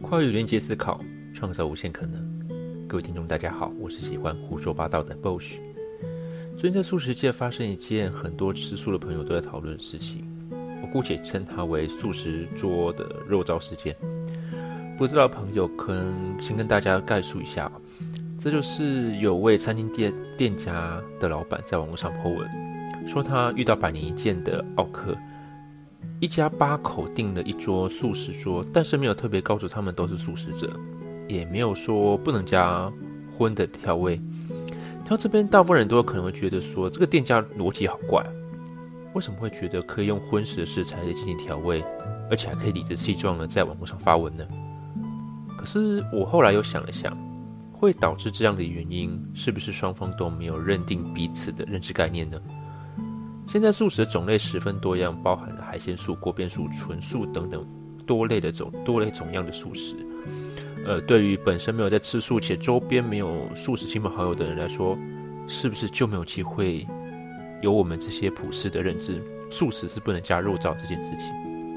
跨越连接思考，创造无限可能。各位听众大家好，我是喜欢胡说八道的 Bosch。 最近在素食界发生一件很多吃素的朋友都在讨论的事情，我姑且称它为素食桌的肉燥事件。不知道的朋友可能先跟大家概述一下，这就是有位餐厅店家的老板在网络上 po 文，说他遇到百年一见的奥客，一家8口订了一桌素食桌，但是没有特别告诉他们都是素食者，也没有说不能加荤的调味。听到这边，大部分人都可能会觉得说，这个店家逻辑好怪，为什么会觉得可以用荤食的食材来进行调味，而且还可以理直气壮的在网络上发文呢？可是我后来又想了想，会导致这样的原因，是不是双方都没有认定彼此的认知概念呢？现在素食的种类十分多样，包含了海鲜素、锅边素、纯素等等多类种样的素食。对于本身没有在吃素且周边没有素食亲朋好友的人来说，是不是就没有机会有我们这些普世的认知，素食是不能加肉燥这件事情？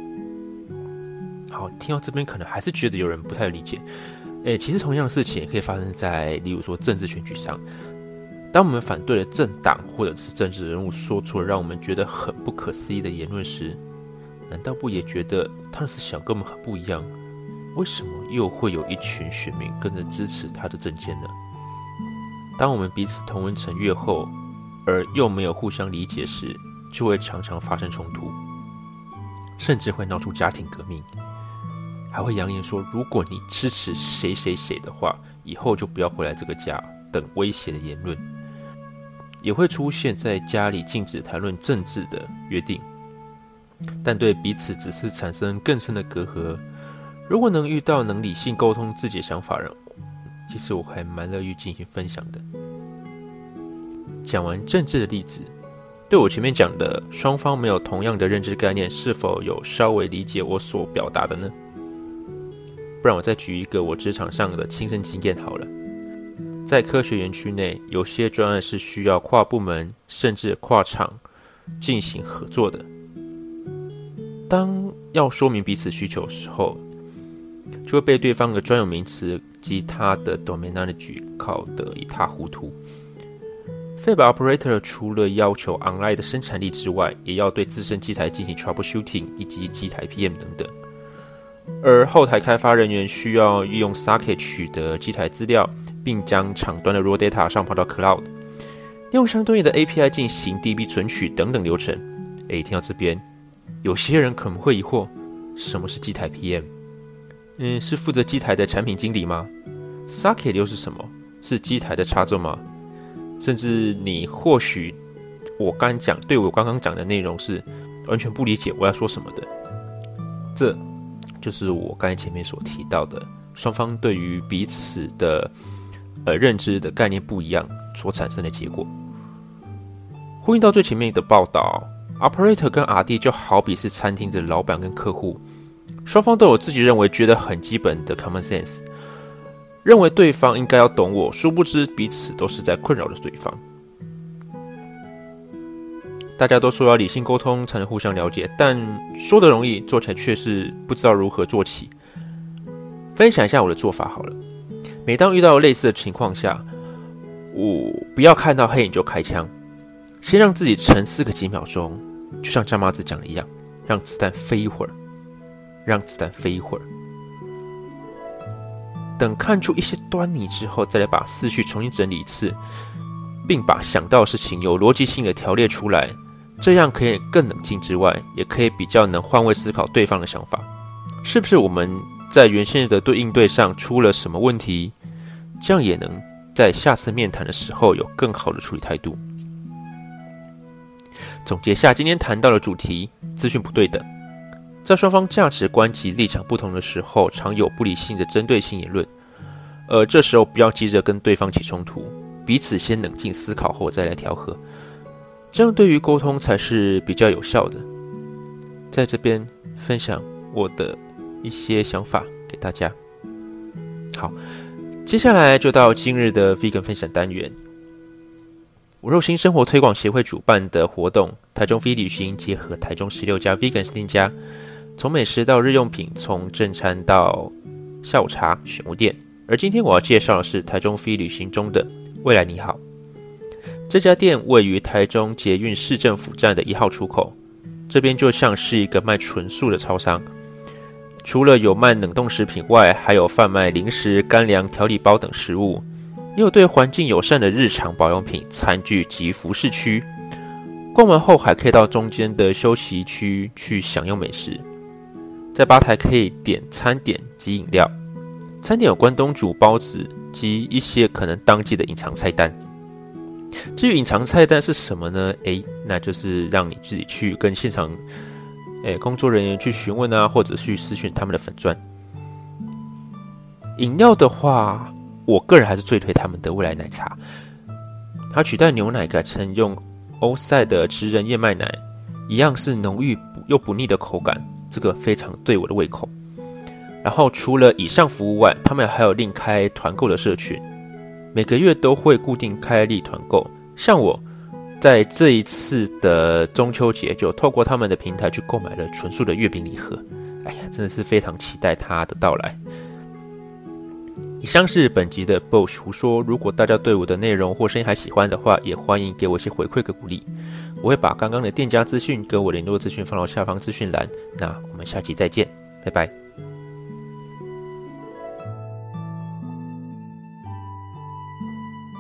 好，听到这边可能还是觉得有人不太理解。其实同样的事情也可以发生在例如说政治选举上。当我们反对了政党或者是政治人物说出了让我们觉得很不可思议的言论时，难道不也觉得他是想跟我们很不一样？为什么又会有一群选民跟着支持他的政见呢？当我们彼此同温层越厚，而又没有互相理解时，就会常常发生冲突，甚至会闹出家庭革命，还会扬言说，如果你支持谁谁谁的话，以后就不要回来这个家等威胁的言论。也会出现在家里禁止谈论政治的约定，但对彼此只是产生更深的隔阂。如果能遇到能理性沟通自己的想法的人，其实我还蛮乐于进行分享的。讲完政治的例子，对我前面讲的双方没有同样的认知概念，是否有稍微理解我所表达的呢？不然我再举一个我职场上的亲身经验好了。在科学园区内，有些专案是需要跨部门甚至跨厂进行合作的。当要说明彼此需求的时候，就会被对方的专有名词及他的 domain knowledge 考得一塌糊涂。Fab Operator 除了要求 online 的生产力之外，也要对自身机台进行 troubleshooting 以及机台 PM 等等。而后台开发人员需要利用 Socket 取得机台资料，并将厂端的 raw data 上跑到 Cloud， 用相对应的 API 进行 DB 存取等等流程。听到这边，有些人可能会疑惑，什么是机台 PM？是负责机台的产品经理吗？ Socket 又是什么？是机台的插座吗？甚至你或许对我刚刚讲的内容是完全不理解我要说什么的。这就是我刚才前面所提到的，双方对于彼此的认知的概念不一样所产生的结果。呼应到最前面的报道， Operator 跟 RD 就好比是餐厅的老板跟客户，双方都有自己认为觉得很基本的 common sense， 认为对方应该要懂我，殊不知彼此都是在困扰着对方。大家都说要理性沟通才能互相了解，但说得容易，做起来却是不知道如何做起。分享一下我的做法好了。每当遇到类似的情况下，我不要看到黑影就开枪，先让自己沉思个几秒钟，就像张麻子讲的一样，让子弹飞一会儿，等看出一些端倪之后，再来把思绪重新整理一次，并把想到的事情有逻辑性的条列出来，这样可以更冷静之外，也可以比较能换位思考对方的想法，是不是我们在原先的应对上出了什么问题，这样也能在下次面谈的时候有更好的处理态度。总结下今天谈到的主题，资讯不对等。在双方价值观及立场不同的时候，常有不理性的针对性言论，这时候不要急着跟对方起冲突，彼此先冷静思考后再来调和，这样对于沟通才是比较有效的。在这边分享我的一些想法给大家。好，接下来就到今日的 Vegan 分享单元。无肉新生活推广协会主办的活动，台中 V 旅行结合台中16家 Vegan 店家，从美食到日用品，从正餐到下午茶、选物店。而今天我要介绍的是台中 V 旅行中的未来你好。这家店位于台中捷运市政府站的1号出口，这边就像是一个卖纯素的超商，除了有卖冷冻食品外，还有贩卖零食、干粮、调理包等食物，也有对环境友善的日常保养品、餐具及服饰区。逛完后还可以到中间的休息区去享用美食，在吧台可以点餐点及饮料，餐点有关东煮、包子及一些可能当季的隐藏菜单。至于隐藏菜单是什么呢？那就是让你自己去跟现场工作人员去询问啊，或者去私讯他们的粉专。饮料的话，我个人还是最推他们的未来奶茶，它取代牛奶改成用欧赛的职人燕麦奶，一样是浓郁又不腻的口感，这个非常对我的胃口。然后除了以上服务外，他们还有另开团购的社群，每个月都会固定开立团购。像我在这一次的中秋节就透过他们的平台去购买了纯素的月饼礼盒，真的是非常期待它的到来。以上是本集的 Bosch 胡说，如果大家对我的内容或声音还喜欢的话，也欢迎给我一些回馈跟鼓励。我会把刚刚的店家资讯跟我联络资讯放到下方资讯栏。那我们下期再见，拜拜。